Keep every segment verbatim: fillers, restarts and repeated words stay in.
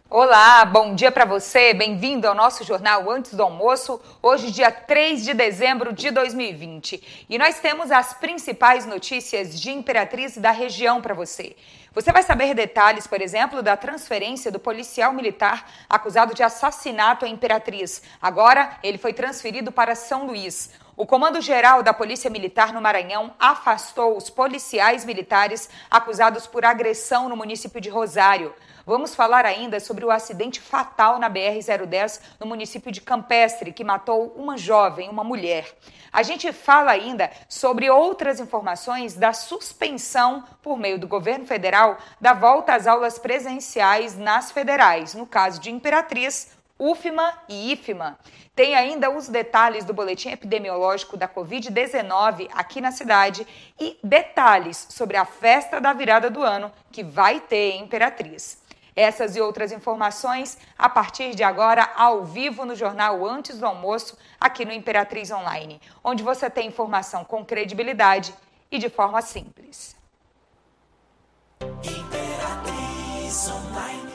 Olá, bom dia para você, bem-vindo ao nosso Jornal Antes do Almoço, hoje dia três de dezembro de dois mil e vinte. E nós temos as principais notícias de Imperatriz e da região para você. Você vai saber detalhes, por exemplo, da transferência do policial militar acusado de assassinato em Imperatriz. Agora, ele foi transferido para São Luís. O Comando-Geral da Polícia Militar no Maranhão afastou os policiais militares acusados por agressão no município de Rosário. Vamos falar ainda sobre o acidente fatal na B R zero dez no município de Campestre, que matou uma jovem, uma mulher. A gente fala ainda sobre outras informações da suspensão, por meio do governo federal, da volta às aulas presenciais nas federais, no caso de Imperatriz, U F M A e I F M A. Tem ainda os detalhes do boletim epidemiológico da covid dezenove aqui na cidade e detalhes sobre a festa da virada do ano que vai ter em Imperatriz. Essas e outras informações a partir de agora ao vivo no Jornal Antes do Almoço aqui no Imperatriz Online, onde você tem informação com credibilidade e de forma simples. Imperatriz Online.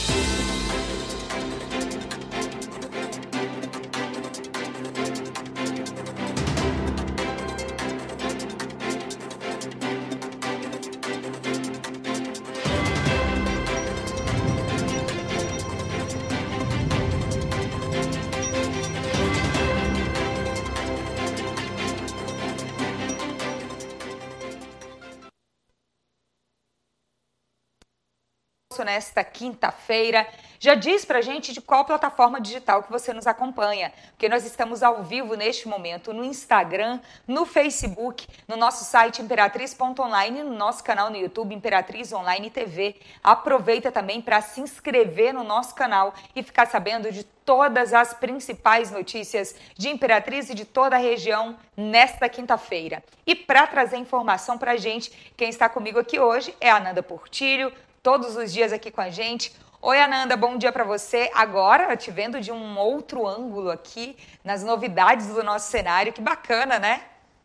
Nesta quinta-feira, já diz pra gente de qual plataforma digital que você nos acompanha, porque nós estamos ao vivo neste momento no Instagram, no Facebook, no nosso site imperatriz ponto online e no nosso canal no YouTube Imperatriz Online T V. Aproveita também para se inscrever no nosso canal e ficar sabendo de todas as principais notícias de Imperatriz e de toda a região nesta quinta-feira. E para trazer informação pra gente, quem está comigo aqui hoje é a Ananda Portilho, todos os dias aqui com a gente. Oi, Ananda, bom dia para você. Agora, te vendo de um outro ângulo aqui, nas novidades do nosso cenário. Que bacana, né?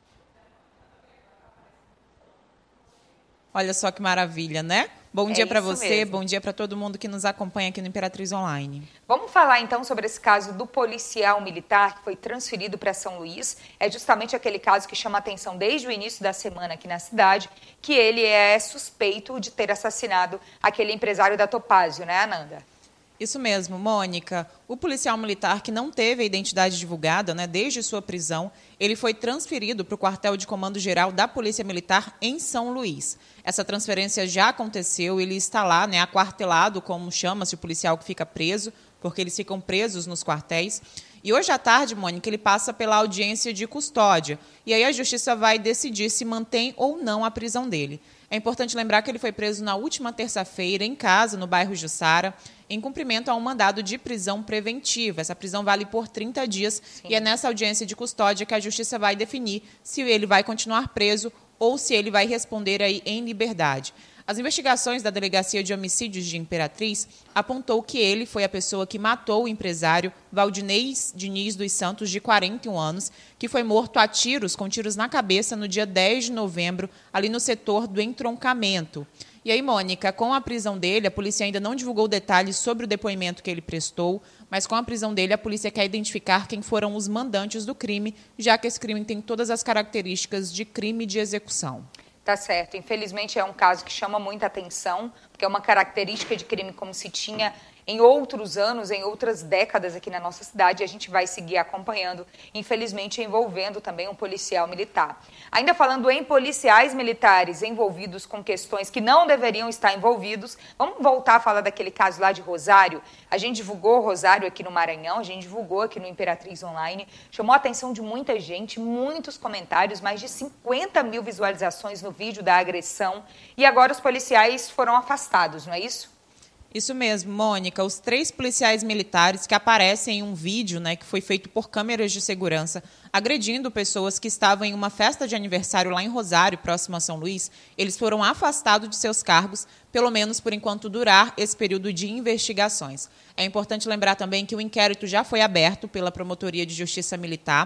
Olha só que maravilha, né? Bom É dia para isso você, mesmo. bom dia para todo mundo que nos acompanha aqui no Imperatriz Online. Vamos falar então sobre esse caso do policial militar que foi transferido para São Luís. É justamente aquele caso que chama a atenção desde o início da semana aqui na cidade, que ele é suspeito de ter assassinado aquele empresário da Topázio, né, Ananda? Isso mesmo, Mônica. O policial militar que não teve a identidade divulgada, né, desde sua prisão, ele foi transferido para o quartel de comando-geral da Polícia Militar em São Luís. Essa transferência já aconteceu, ele está lá, né, aquartelado, como chama-se o policial que fica preso, porque eles ficam presos nos quartéis. E hoje à tarde, Mônica, ele passa pela audiência de custódia. E aí a Justiça vai decidir se mantém ou não a prisão dele. É importante lembrar que ele foi preso na última terça-feira em casa, no bairro Jussara, em cumprimento a um mandado de prisão preventiva. Essa prisão vale por trinta dias. Sim. E é nessa audiência de custódia que a Justiça vai definir se ele vai continuar preso ou se ele vai responder aí em liberdade. As investigações da Delegacia de Homicídios de Imperatriz apontou que ele foi a pessoa que matou o empresário Valdinei Diniz dos Santos, de quarenta e um anos, que foi morto a tiros, com tiros na cabeça, no dia dez de novembro, ali no setor do entroncamento. E aí, Mônica, com a prisão dele, a polícia ainda não divulgou detalhes sobre o depoimento que ele prestou, mas com a prisão dele, a polícia quer identificar quem foram os mandantes do crime, já que esse crime tem todas as características de crime de execução. Tá certo. Infelizmente é um caso que chama muita atenção, porque é uma característica de crime como se tinha em outros anos, em outras décadas aqui na nossa cidade, e a gente vai seguir acompanhando, infelizmente envolvendo também um policial militar. Ainda falando em policiais militares envolvidos com questões que não deveriam estar envolvidos, vamos voltar a falar daquele caso lá de Rosário. A gente divulgou Rosário aqui no Maranhão, a gente divulgou aqui no Imperatriz Online, chamou a atenção de muita gente, muitos comentários, mais de cinquenta mil visualizações no vídeo da agressão, e agora os policiais foram afastados, não é isso? Isso mesmo, Mônica. Os três policiais militares que aparecem em um vídeo, né, que foi feito por câmeras de segurança, agredindo pessoas que estavam em uma festa de aniversário lá em Rosário, próximo a São Luís, eles foram afastados de seus cargos, pelo menos por enquanto durar esse período de investigações. É importante lembrar também que o inquérito já foi aberto pela Promotoria de Justiça Militar.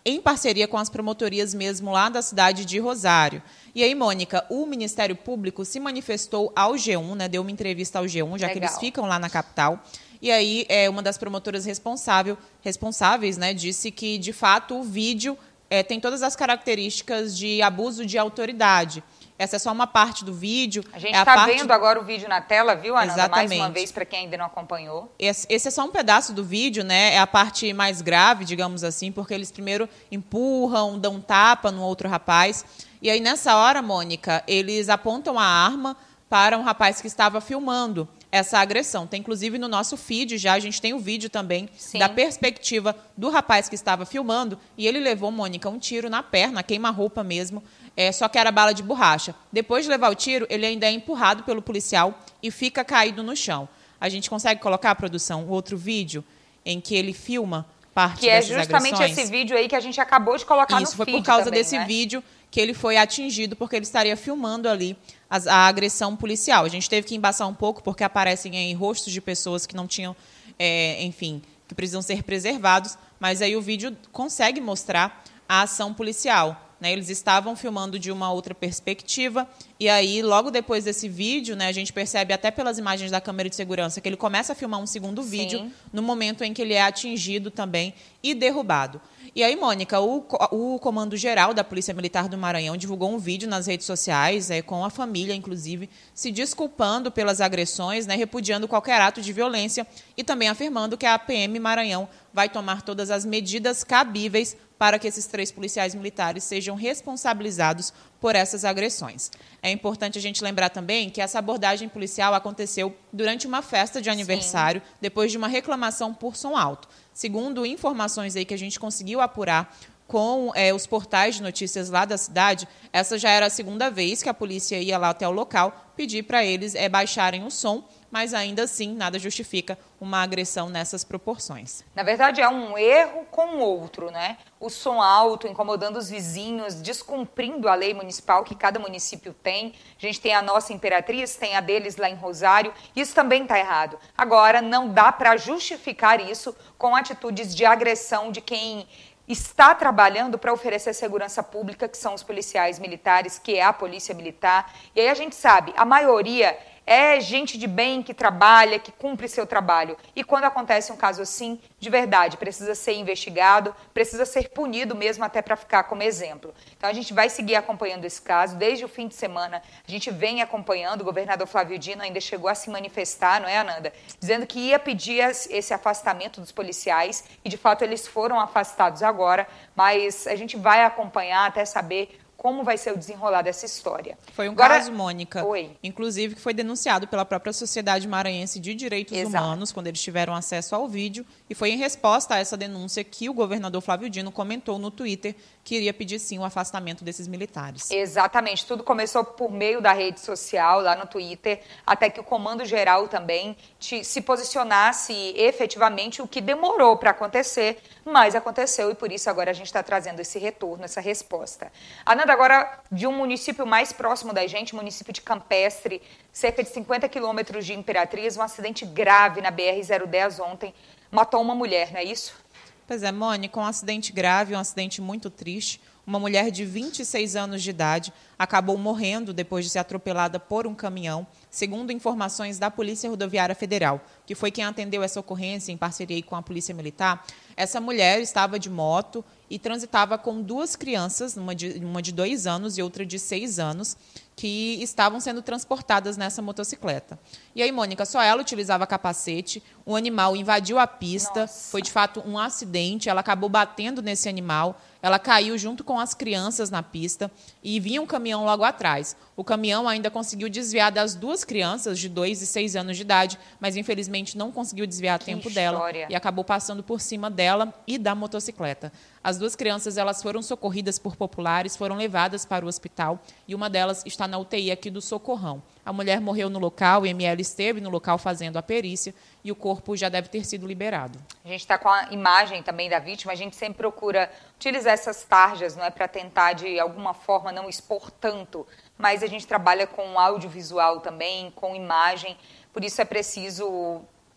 em parceria com as promotorias mesmo lá da cidade de Rosário. E aí, Mônica, o Ministério Público se manifestou ao G um, né, deu uma entrevista ao G um, já Legal. que eles ficam lá na capital. E aí, é, uma das promotoras responsável, responsáveis né, disse que, de fato, o vídeo é, tem todas as características de abuso de autoridade. Essa é só uma parte do vídeo. A gente está é parte... vendo agora o vídeo na tela, viu, Ananda? Exatamente. Mais uma vez, para quem ainda não acompanhou. Esse, esse é só um pedaço do vídeo, né? É a parte mais grave, digamos assim, porque eles primeiro empurram, dão tapa no outro rapaz. E aí, nessa hora, Mônica, eles apontam a arma para um rapaz que estava filmando essa agressão. Tem, inclusive, no nosso feed já, a gente tem o vídeo também Sim. da perspectiva do rapaz que estava filmando. E ele levou, Mônica, um tiro na perna, queima-roupa mesmo, é, só que era bala de borracha. Depois de levar o tiro, ele ainda é empurrado pelo policial e fica caído no chão. A gente consegue colocar, a produção, outro vídeo em que ele filma parte que dessas agressões? Que é justamente agressões? esse vídeo aí que a gente acabou de colocar Isso, no foi feed por causa também, desse né? vídeo que ele foi atingido, porque ele estaria filmando ali a, a agressão policial. A gente teve que embaçar um pouco, porque aparecem aí rostos de pessoas que não tinham, é, enfim, que precisam ser preservados, mas aí o vídeo consegue mostrar a ação policial. Né? Eles estavam filmando de uma outra perspectiva, e aí, logo depois desse vídeo, né, a gente percebe até pelas imagens da câmera de segurança que ele começa a filmar um segundo Sim. vídeo no momento em que ele é atingido também e derrubado. E aí, Mônica, o, o Comando-Geral da Polícia Militar do Maranhão divulgou um vídeo nas redes sociais, é, com a família, inclusive, se desculpando pelas agressões, né, repudiando qualquer ato de violência e também afirmando que a P M Maranhão vai tomar todas as medidas cabíveis para que esses três policiais militares sejam responsabilizados por essas agressões. É importante a gente lembrar também que essa abordagem policial aconteceu durante uma festa de aniversário, Sim. depois de uma reclamação por som alto. Segundo informações aí que a gente conseguiu apurar com é, os portais de notícias lá da cidade, essa já era a segunda vez que a polícia ia lá até o local pedir para eles é, baixarem o som, mas ainda assim nada justifica uma agressão nessas proporções. Na verdade, é um erro com o outro, né? O som alto, incomodando os vizinhos, descumprindo a lei municipal que cada município tem. A gente tem a nossa Imperatriz, tem a deles lá em Rosário. Isso também está errado. Agora, não dá para justificar isso com atitudes de agressão de quem está trabalhando para oferecer segurança pública, que são os policiais militares, que é a Polícia Militar. E aí a gente sabe, a maioria é gente de bem que trabalha, que cumpre seu trabalho. E quando acontece um caso assim, de verdade, precisa ser investigado, precisa ser punido mesmo até para ficar como exemplo. Então a gente vai seguir acompanhando esse caso. Desde o fim de semana a gente vem acompanhando. O governador Flávio Dino ainda chegou a se manifestar, não é, Ananda? Dizendo que ia pedir esse afastamento dos policiais e de fato eles foram afastados agora, mas a gente vai acompanhar até saber como vai ser o desenrolar dessa história. Foi um Agora, caso, Mônica, Oi. inclusive que foi denunciado pela própria Sociedade Maranhense de Direitos Exato. Humanos, quando eles tiveram acesso ao vídeo, e foi em resposta a essa denúncia que o governador Flávio Dino comentou no Twitter que iria pedir, sim, o afastamento desses militares. Exatamente. Tudo começou por meio da rede social, lá no Twitter, até que o Comando Geral também te, se posicionasse efetivamente, o que demorou para acontecer, mas aconteceu, e por isso agora a gente está trazendo esse retorno, essa resposta. Ananda, agora de um município mais próximo da gente, município de Campestre, cerca de cinquenta quilômetros de Imperatriz, um acidente grave na B R zero dez ontem, matou uma mulher, não é isso? Pois é, Mônica, um acidente grave, um acidente muito triste. Uma mulher de vinte e seis anos de idade acabou morrendo depois de ser atropelada por um caminhão, segundo informações da Polícia Rodoviária Federal, que foi quem atendeu essa ocorrência em parceria com a Polícia Militar. Essa mulher estava de moto e transitava com duas crianças, uma de, uma de dois anos e outra de seis anos, que estavam sendo transportadas nessa motocicleta. E aí, Mônica, só ela utilizava capacete, o animal invadiu a pista, Nossa. Foi de fato um acidente, ela acabou batendo nesse animal, ela caiu junto com as crianças na pista e vinha um caminhão logo atrás. O caminhão ainda conseguiu desviar das duas crianças de dois e seis anos de idade, mas infelizmente não conseguiu desviar a tempo dela e acabou passando por cima dela e da motocicleta. As duas crianças elas foram socorridas por populares, foram levadas para o hospital e uma delas está na U T I aqui do Socorrão. A mulher morreu no local, o M L esteve no local fazendo a perícia e o corpo já deve ter sido liberado. A gente está com a imagem também da vítima, a gente sempre procura utilizar essas tarjas, não é, para tentar de alguma forma não expor tanto, mas a gente trabalha com audiovisual também, com imagem, por isso é preciso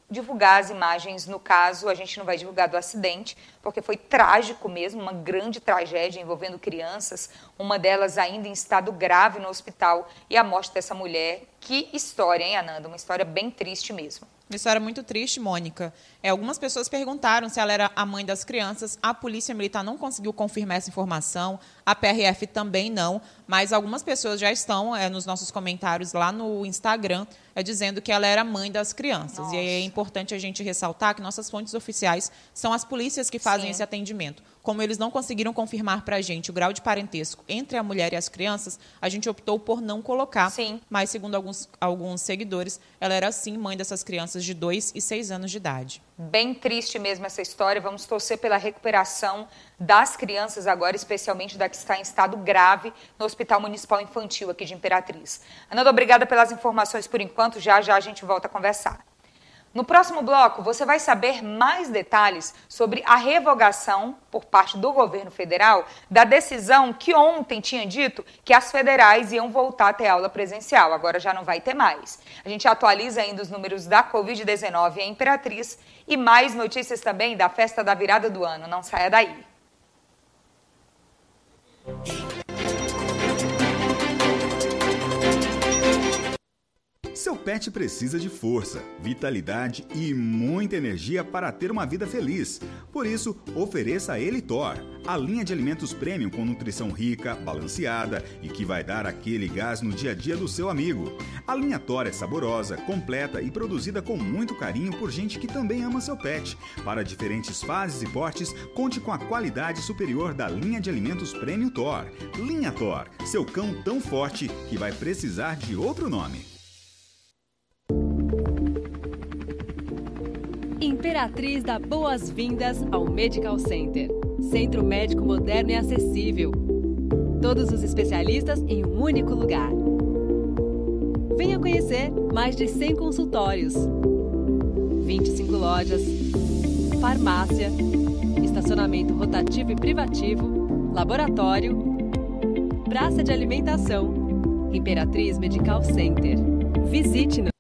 divulgar as imagens. No caso, a gente não vai divulgar do acidente, porque foi trágico mesmo, uma grande tragédia envolvendo crianças, uma delas ainda em estado grave no hospital, e a morte dessa mulher. Que história, hein, Ananda? Uma história bem triste mesmo. Uma história muito triste, Mônica. É, algumas pessoas perguntaram se ela era a mãe das crianças. A Polícia Militar não conseguiu confirmar essa informação. A P R F também não. Mas algumas pessoas já estão é, nos nossos comentários lá no Instagram é, dizendo que ela era mãe das crianças. Nossa. E é importante a gente ressaltar que nossas fontes oficiais são as polícias que fazem Sim. esse atendimento. Como eles não conseguiram confirmar para a gente o grau de parentesco entre a mulher e as crianças, a gente optou por não colocar. Sim. Mas, segundo alguns, alguns seguidores, ela era, sim, mãe dessas crianças de dois e seis anos de idade. Bem triste mesmo essa história. Vamos torcer pela recuperação das crianças agora, especialmente da que está em estado grave no Hospital Municipal Infantil aqui de Imperatriz. Ananda, obrigada pelas informações por enquanto. Já, já a gente volta a conversar. No próximo bloco, você vai saber mais detalhes sobre a revogação por parte do governo federal da decisão que ontem tinha dito que as federais iam voltar a ter aula presencial. Agora já não vai ter mais. A gente atualiza ainda os números da covid dezenove em Imperatriz e mais notícias também da festa da virada do ano. Não saia daí. Seu pet precisa de força, vitalidade e muita energia para ter uma vida feliz. Por isso, ofereça a ele Thor, a linha de alimentos premium com nutrição rica, balanceada e que vai dar aquele gás no dia a dia do seu amigo. A linha Thor é saborosa, completa e produzida com muito carinho por gente que também ama seu pet. Para diferentes fases e portes, conte com a qualidade superior da linha de alimentos premium Thor. Linha Thor, seu cão tão forte que vai precisar de outro nome. Imperatriz dá boas-vindas ao Medical Center. Centro médico moderno e acessível. Todos os especialistas em um único lugar. Venha conhecer mais de cem consultórios, vinte e cinco lojas, farmácia, estacionamento rotativo e privativo, laboratório, praça de alimentação. Imperatriz Medical Center. Visite-nos.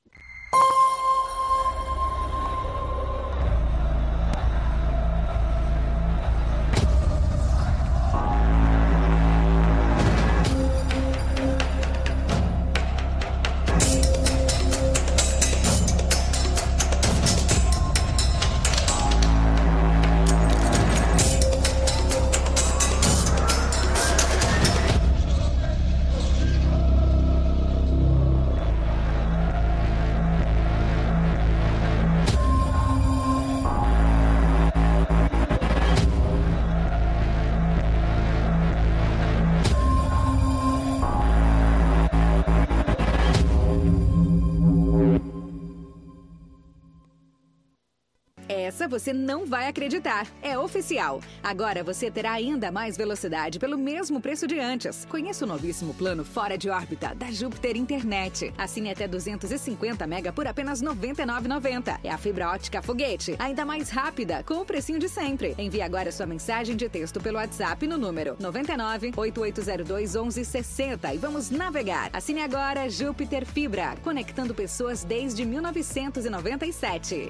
Essa você não vai acreditar. É oficial. Agora você terá ainda mais velocidade pelo mesmo preço de antes. Conheça o novíssimo plano Fora de Órbita da Júpiter Internet. Assine até duzentos e cinquenta mega por apenas noventa e nove reais e noventa centavos. É a fibra ótica Foguete, ainda mais rápida, com o precinho de sempre. Envie agora sua mensagem de texto pelo WhatsApp no número nove nove, oito oito zero dois, onze sessenta e vamos navegar. Assine agora Júpiter Fibra, conectando pessoas desde mil novecentos e noventa e sete.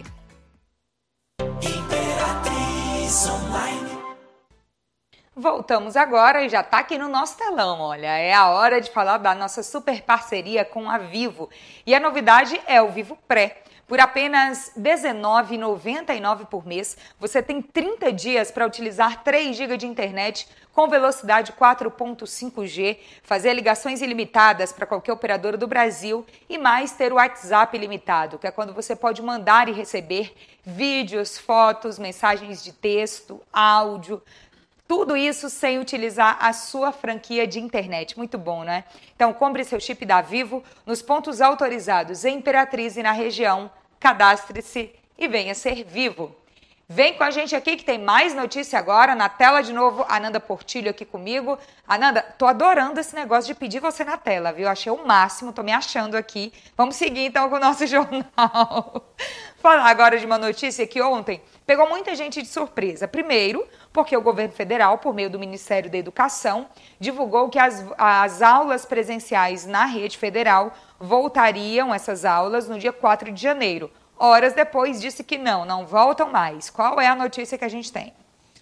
Imperatriz Online. Voltamos agora e já está aqui no nosso telão, olha, é a hora de falar da nossa super parceria com a Vivo. E a novidade é o Vivo Pré. Por apenas dezenove reais e noventa e nove centavos por mês, você tem trinta dias para utilizar três gigas de internet com velocidade quatro ponto cinco G, fazer ligações ilimitadas para qualquer operadora do Brasil e mais ter o WhatsApp ilimitado, que é quando você pode mandar e receber vídeos, fotos, mensagens de texto, áudio, tudo isso sem utilizar a sua franquia de internet. Muito bom, né? Então, compre seu chip da Vivo nos pontos autorizados em Imperatriz e na região. Cadastre-se e venha ser Vivo. Vem com a gente aqui que tem mais notícia agora. Na tela de novo, Ananda Portilho aqui comigo. Ananda, tô adorando esse negócio de pedir você na tela, viu? Achei o máximo, tô me achando aqui. Vamos seguir então com o nosso jornal. Falar agora de uma notícia que ontem pegou muita gente de surpresa. Primeiro, porque o governo federal, por meio do Ministério da Educação, divulgou que as, as aulas presenciais na rede federal voltariam, essas aulas, no dia quatro de janeiro. horas depois disse que não, não voltam mais. Qual é a notícia que a gente tem?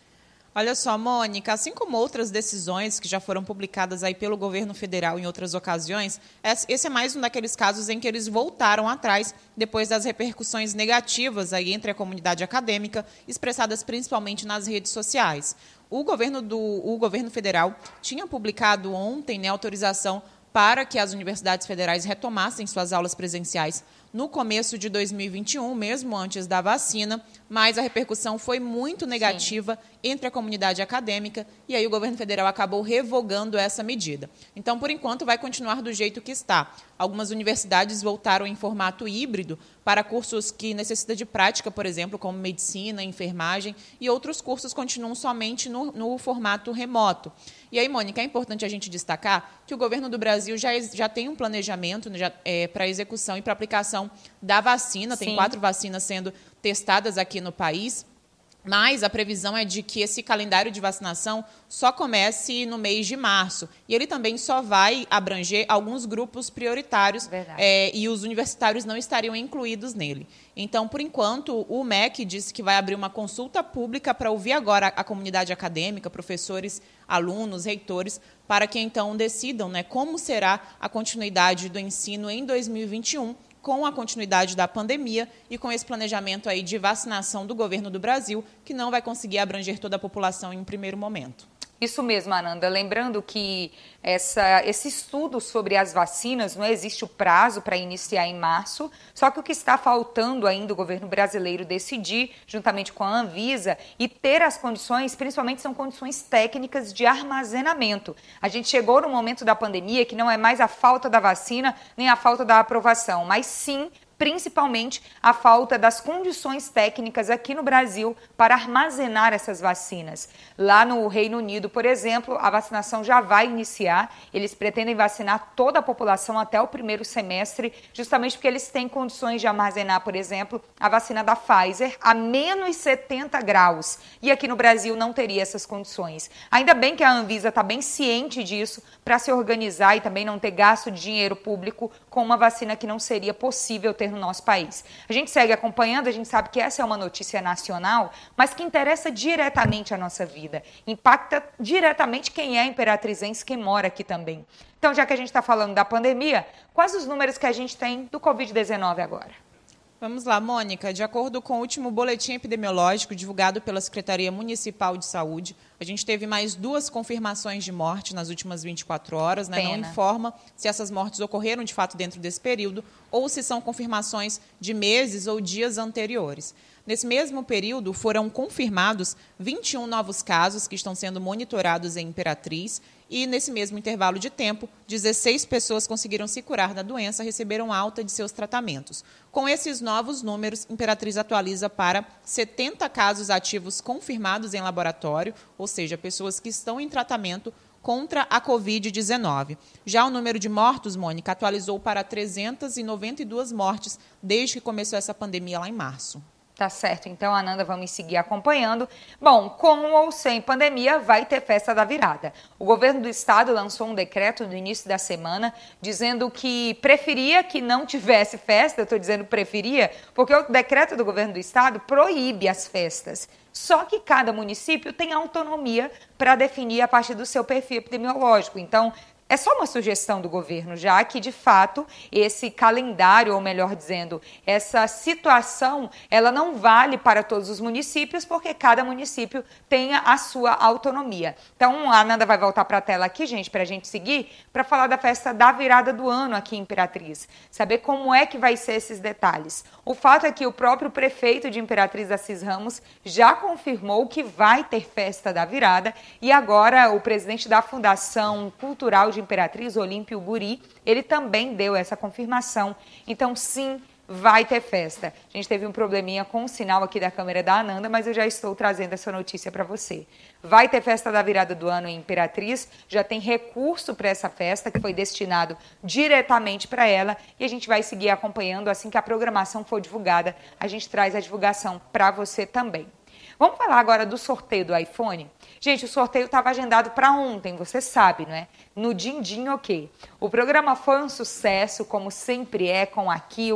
Olha só, Mônica, assim como outras decisões que já foram publicadas aí pelo governo federal em outras ocasiões, esse é mais um daqueles casos em que eles voltaram atrás depois das repercussões negativas aí entre a comunidade acadêmica, expressadas principalmente nas redes sociais. O governo, do, o governo federal tinha publicado ontem, né, autorização para que as universidades federais retomassem suas aulas presenciais no começo de dois mil e vinte e um, mesmo antes da vacina, mas a repercussão foi muito negativa Sim. entre a comunidade acadêmica e aí o governo federal acabou revogando essa medida. Então, por enquanto, vai continuar do jeito que está. Algumas universidades voltaram em formato híbrido para cursos que necessitam de prática, por exemplo, como medicina, enfermagem, e outros cursos continuam somente no, no formato remoto. E aí, Mônica, é importante a gente destacar que o governo do Brasil já, já tem um planejamento é, para execução e para aplicação da vacina. Tem Sim. quatro vacinas sendo testadas aqui no país, mas a previsão é de que esse calendário de vacinação só comece no mês de março. E ele também só vai abranger alguns grupos prioritários é, e os universitários não estariam incluídos nele. Então, por enquanto, o M E C disse que vai abrir uma consulta pública para ouvir agora a comunidade acadêmica, professores, alunos, reitores, para que então decidam, né, como será a continuidade do ensino em dois mil e vinte e um, com a continuidade da pandemia e com esse planejamento aí de vacinação do governo do Brasil, que não vai conseguir abranger toda a população em um primeiro momento. Isso mesmo, Ananda. Lembrando que essa, esse estudo sobre as vacinas, não existe o prazo para iniciar em março, só que o que está faltando ainda o governo brasileiro decidir, juntamente com a Anvisa, e ter as condições, principalmente são condições técnicas de armazenamento. A gente chegou no momento da pandemia que não é mais a falta da vacina, nem a falta da aprovação, mas sim principalmente a falta das condições técnicas aqui no Brasil para armazenar essas vacinas. Lá no Reino Unido, por exemplo, a vacinação já vai iniciar. Eles pretendem vacinar toda a população até o primeiro semestre, justamente porque eles têm condições de armazenar, por exemplo, a vacina da Pfizer a menos setenta graus. E aqui no Brasil não teria essas condições. Ainda bem que a Anvisa está bem ciente disso para se organizar e também não ter gasto de dinheiro público com uma vacina que não seria possível ter no nosso país. A gente segue acompanhando, a gente sabe que essa é uma notícia nacional, mas que interessa diretamente a nossa vida. Impacta diretamente quem é imperatrizense, quem mora aqui também. Então, já que a gente está falando da pandemia, quais os números que a gente tem do covid dezenove agora? Vamos lá, Mônica. De acordo com o último boletim epidemiológico divulgado pela Secretaria Municipal de Saúde, a gente teve mais duas confirmações de morte nas últimas vinte e quatro horas, né? Não informa se essas mortes ocorreram de fato dentro desse período ou se são confirmações de meses ou dias anteriores. Nesse mesmo período, foram confirmados vinte e um novos casos que estão sendo monitorados em Imperatriz e, nesse mesmo intervalo de tempo, dezesseis pessoas conseguiram se curar da doença, receberam alta de seus tratamentos. Com esses novos números, Imperatriz atualiza para setenta casos ativos confirmados em laboratório, ou seja, pessoas que estão em tratamento contra a covid dezenove. Já o número de mortos, Mônica, atualizou para trezentas e noventa e duas mortes desde que começou essa pandemia lá em março. Tá certo, então, Ananda, vamos seguir acompanhando. Bom, com ou sem pandemia, vai ter festa da virada. O governo do estado lançou um decreto no início da semana dizendo que preferia que não tivesse festa. Eu estou dizendo preferia, porque o decreto do governo do estado proíbe as festas. Só que cada município tem autonomia para definir a partir do seu perfil epidemiológico. Então, é só uma sugestão do governo, já que, de fato, esse calendário, ou melhor dizendo, essa situação, ela não vale para todos os municípios, porque cada município tem a sua autonomia. Então, a Ananda vai voltar para a tela aqui, gente, para a gente seguir, para falar da festa da virada do ano aqui em Imperatriz. Saber como é que vai ser esses detalhes. O fato é que o próprio prefeito de Imperatriz, Assis Ramos, já confirmou que vai ter festa da virada e agora o presidente da Fundação Cultural de Imperatriz, Olímpio Guri, ele também deu essa confirmação. Então, sim, vai ter festa. A gente teve um probleminha com o sinal aqui da câmera da Ananda, mas eu já estou trazendo essa notícia para você. Vai ter festa da virada do ano em Imperatriz, já tem recurso para essa festa que foi destinado diretamente para ela e a gente vai seguir acompanhando assim que a programação for divulgada, a gente traz a divulgação para você também. Vamos falar agora do sorteio do iPhone? Gente, o sorteio estava agendado para ontem, você sabe, não é? No Din Din Ok. O programa foi um sucesso, como sempre é, com a Kill,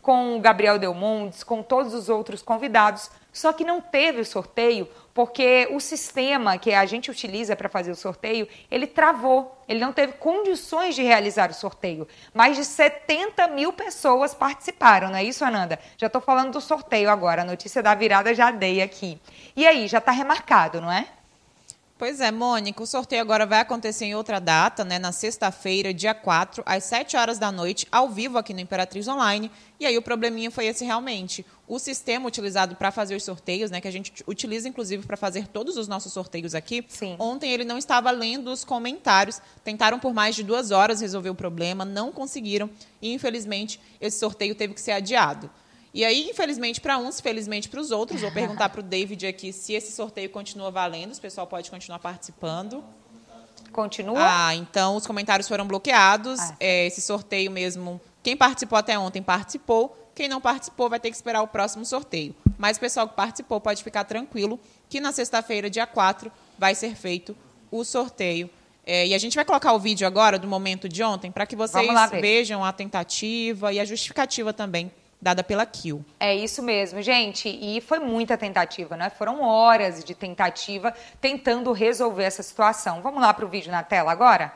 com o Gabriel Delmontes, com todos os outros convidados, só que não teve o sorteio porque o sistema que a gente utiliza para fazer o sorteio, ele travou, ele não teve condições de realizar o sorteio. Mais de setenta mil pessoas participaram, não é isso, Ananda? Já estou falando do sorteio agora, a notícia da virada já dei aqui. E aí, já está remarcado, não é? Pois é, Mônica, o sorteio agora vai acontecer em outra data, né, na sexta-feira, dia quatro, às sete horas da noite, ao vivo aqui no Imperatriz Online. E aí o probleminha foi esse realmente. O sistema utilizado para fazer os sorteios, né, que a gente utiliza inclusive para fazer todos os nossos sorteios aqui, Sim. Ontem ele não estava lendo os comentários. Tentaram por mais de duas horas resolver o problema, não conseguiram e infelizmente esse sorteio teve que ser adiado. E aí, infelizmente para uns, felizmente para os outros, vou perguntar para o David aqui se esse sorteio continua valendo, o pessoal pode continuar participando. Continua? Ah, então os comentários foram bloqueados, Ah, é, esse sorteio mesmo, quem participou até ontem participou, quem não participou vai ter que esperar o próximo sorteio. Mas o pessoal que participou pode ficar tranquilo que na sexta-feira, dia quatro, vai ser feito o sorteio. É, e a gente vai colocar o vídeo agora do momento de ontem para que vocês vejam a tentativa e a justificativa também dada pela Kill. É isso mesmo, gente. E foi muita tentativa, né? Foram horas de tentativa tentando resolver essa situação. Vamos lá para o vídeo na tela agora?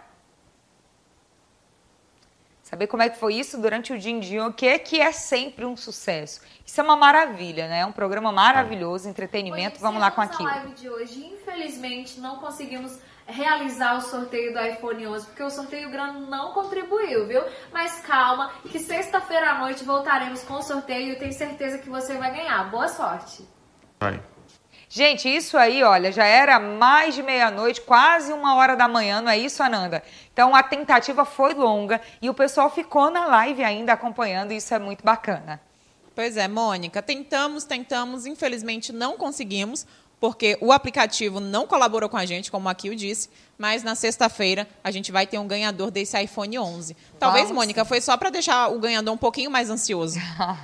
Saber como é que foi isso durante o Din-Din, o que que é sempre um sucesso. Isso é uma maravilha, né? É um programa maravilhoso, entretenimento. Hoje, Vamos lá com a Kill. Na live de hoje, infelizmente, não conseguimos realizar o sorteio do iPhone onze, porque o sorteio grande não contribuiu, viu? Mas calma, que sexta-feira à noite voltaremos com o sorteio e eu tenho certeza que você vai ganhar. Boa sorte! Vai. Gente, isso aí, olha, já era mais de meia-noite, quase uma hora da manhã, não é isso, Ananda? Então, a tentativa foi longa e o pessoal ficou na live ainda acompanhando e isso é muito bacana. Pois é, Mônica, tentamos, tentamos, infelizmente não conseguimos, porque o aplicativo não colaborou com a gente, como a Kill disse, mas na sexta-feira a gente vai ter um ganhador desse iPhone onze. Talvez, Nossa. Mônica, foi só para deixar o ganhador um pouquinho mais ansioso.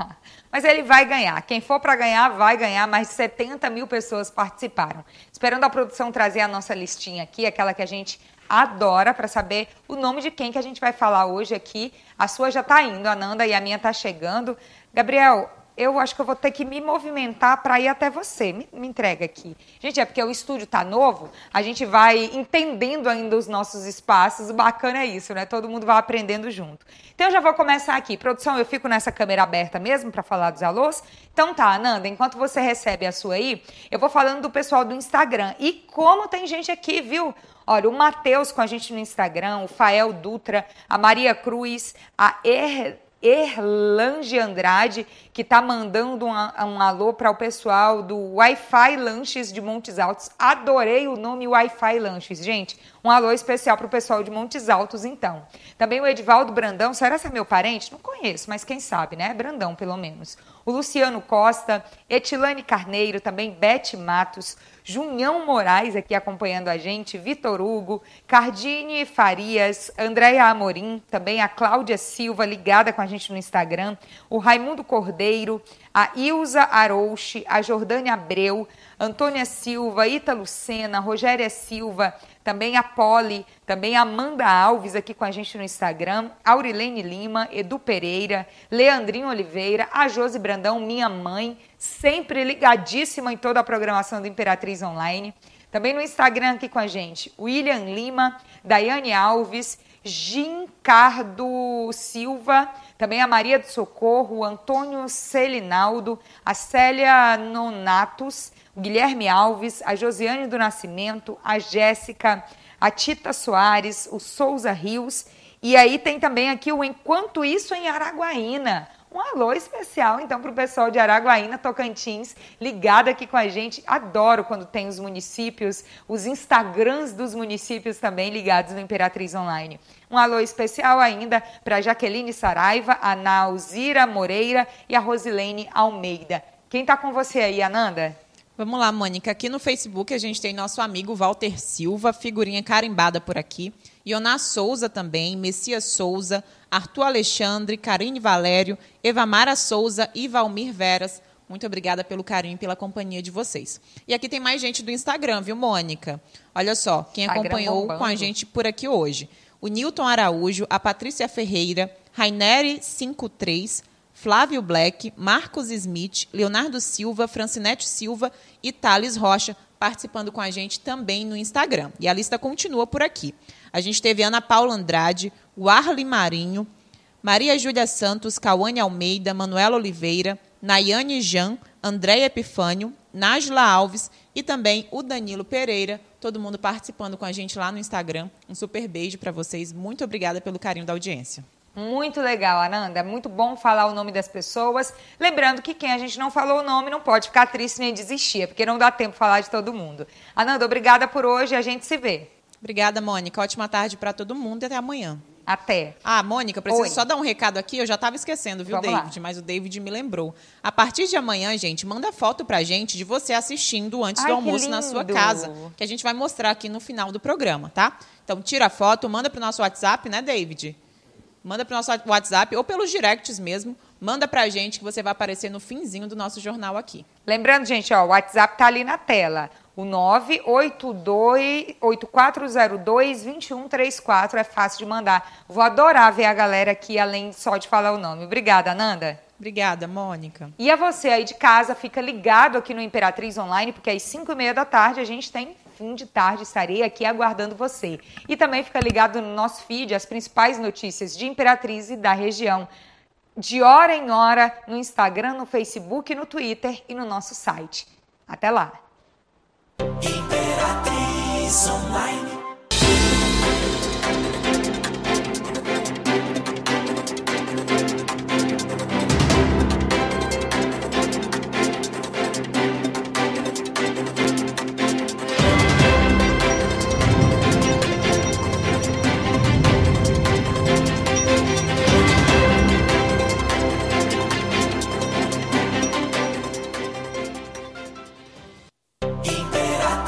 Mas ele vai ganhar. Quem for para ganhar, vai ganhar. Mais de setenta mil pessoas participaram. Esperando a produção trazer a nossa listinha aqui, aquela que a gente adora, para saber o nome de quem que a gente vai falar hoje aqui. A sua já está indo, Ananda, e a minha está chegando. Gabriel, eu acho que eu vou ter que me movimentar para ir até você. Me, me entrega aqui. Gente, é porque o estúdio está novo, a gente vai entendendo ainda os nossos espaços. O bacana é isso, né? Todo mundo vai aprendendo junto. Então, eu já vou começar aqui. Produção, eu fico nessa câmera aberta mesmo para falar dos alôs? Então tá, Ananda, enquanto você recebe a sua aí, eu vou falando do pessoal do Instagram. E como tem gente aqui, viu? Olha, o Matheus com a gente no Instagram, o Fael Dutra, a Maria Cruz, a Er... Erlange Andrade, que está mandando um, um alô para o pessoal do Wi-Fi Lanches de Montes Altos. Adorei o nome Wi-Fi Lanches, gente. Um alô especial para o pessoal de Montes Altos, então. Também o Edivaldo Brandão. Será que é meu parente? Não conheço, mas quem sabe, né? Brandão, pelo menos. O Luciano Costa, Etilane Carneiro, também Bete Matos, Junhão Moraes aqui acompanhando a gente, Vitor Hugo, Cardine Farias, Andréia Amorim, também a Cláudia Silva ligada com a gente no Instagram, o Raimundo Cordeiro, a Ilza Arouche, a Jordânia Abreu, Antônia Silva, Ita Lucena, Rogéria Silva, também a Poli, também a Amanda Alves aqui com a gente no Instagram, Aurilene Lima, Edu Pereira, Leandrinho Oliveira, a Josi Brandão, minha mãe, sempre ligadíssima em toda a programação do Imperatriz Online. Também no Instagram aqui com a gente, William Lima, Daiane Alves, Gincardo Silva, também a Maria do Socorro, o Antônio Celinaldo, a Célia Nonatos, o Guilherme Alves, a Josiane do Nascimento, a Jéssica, a Tita Soares, o Souza Rios. E aí tem também aqui o Enquanto Isso em Araguaína. Um alô especial, então, para o pessoal de Araguaína, Tocantins, ligado aqui com a gente. Adoro quando tem os municípios, os Instagrams dos municípios também ligados no Imperatriz Online. Um alô especial ainda para a Jaqueline Saraiva, a Nauzira Moreira e a Rosilene Almeida. Quem está com você aí, Ananda? Vamos lá, Mônica. Aqui no Facebook a gente tem nosso amigo Walter Silva, figurinha carimbada por aqui. Ioná Souza também, Messias Souza, Arthur Alexandre, Karine Valério, Evamara Souza e Valmir Veras. Muito obrigada pelo carinho e pela companhia de vocês. E aqui tem mais gente do Instagram, viu, Mônica? Olha só, quem acompanhou com a gente por aqui hoje. O Nilton Araújo, a Patrícia Ferreira, Raineri cinquenta e três, Flávio Black, Marcos Smith, Leonardo Silva, Francinete Silva e Thales Rocha participando com a gente também no Instagram. E a lista continua por aqui. A gente teve Ana Paula Andrade, Warli Marinho, Maria Júlia Santos, Cauane Almeida, Manuela Oliveira, Nayane Jan, Andréia Epifânio, Nájila Alves e também o Danilo Pereira, todo mundo participando com a gente lá no Instagram. Um super beijo para vocês. Muito obrigada pelo carinho da audiência. Muito legal, Ananda. Muito bom falar o nome das pessoas. Lembrando que quem a gente não falou o nome não pode ficar triste nem desistir, porque não dá tempo de falar de todo mundo. Ananda, obrigada por hoje e a gente se vê. Obrigada, Mônica. Ótima tarde para todo mundo e até amanhã. Até. Ah, Mônica, eu preciso Oi. só dar um recado aqui. Eu já estava esquecendo, viu, Vamos David? lá. Mas o David me lembrou. A partir de amanhã, gente, manda foto pra gente de você assistindo antes Ai, do que almoço na sua lindo. casa, que a gente vai mostrar aqui no final do programa, tá? Então, tira a foto, manda pro nosso WhatsApp, né, David? Manda pro nosso WhatsApp ou pelos directs mesmo. Manda pra gente que você vai aparecer no finzinho do nosso jornal aqui. Lembrando, gente, ó, o WhatsApp tá ali na tela. O nove oito dois, oito quatro zero dois, dois um três quatro é fácil de mandar. Vou adorar ver a galera aqui, além só de falar o nome. Obrigada, Ananda. Obrigada, Mônica. E a você aí de casa, fica ligado aqui no Imperatriz Online, porque às cinco e meia da tarde a gente tem fim de tarde, estarei aqui aguardando você. E também fica ligado no nosso feed, as principais notícias de Imperatriz e da região, de hora em hora, no Instagram, no Facebook, no Twitter e no nosso site. Até lá! Imperatriz Online.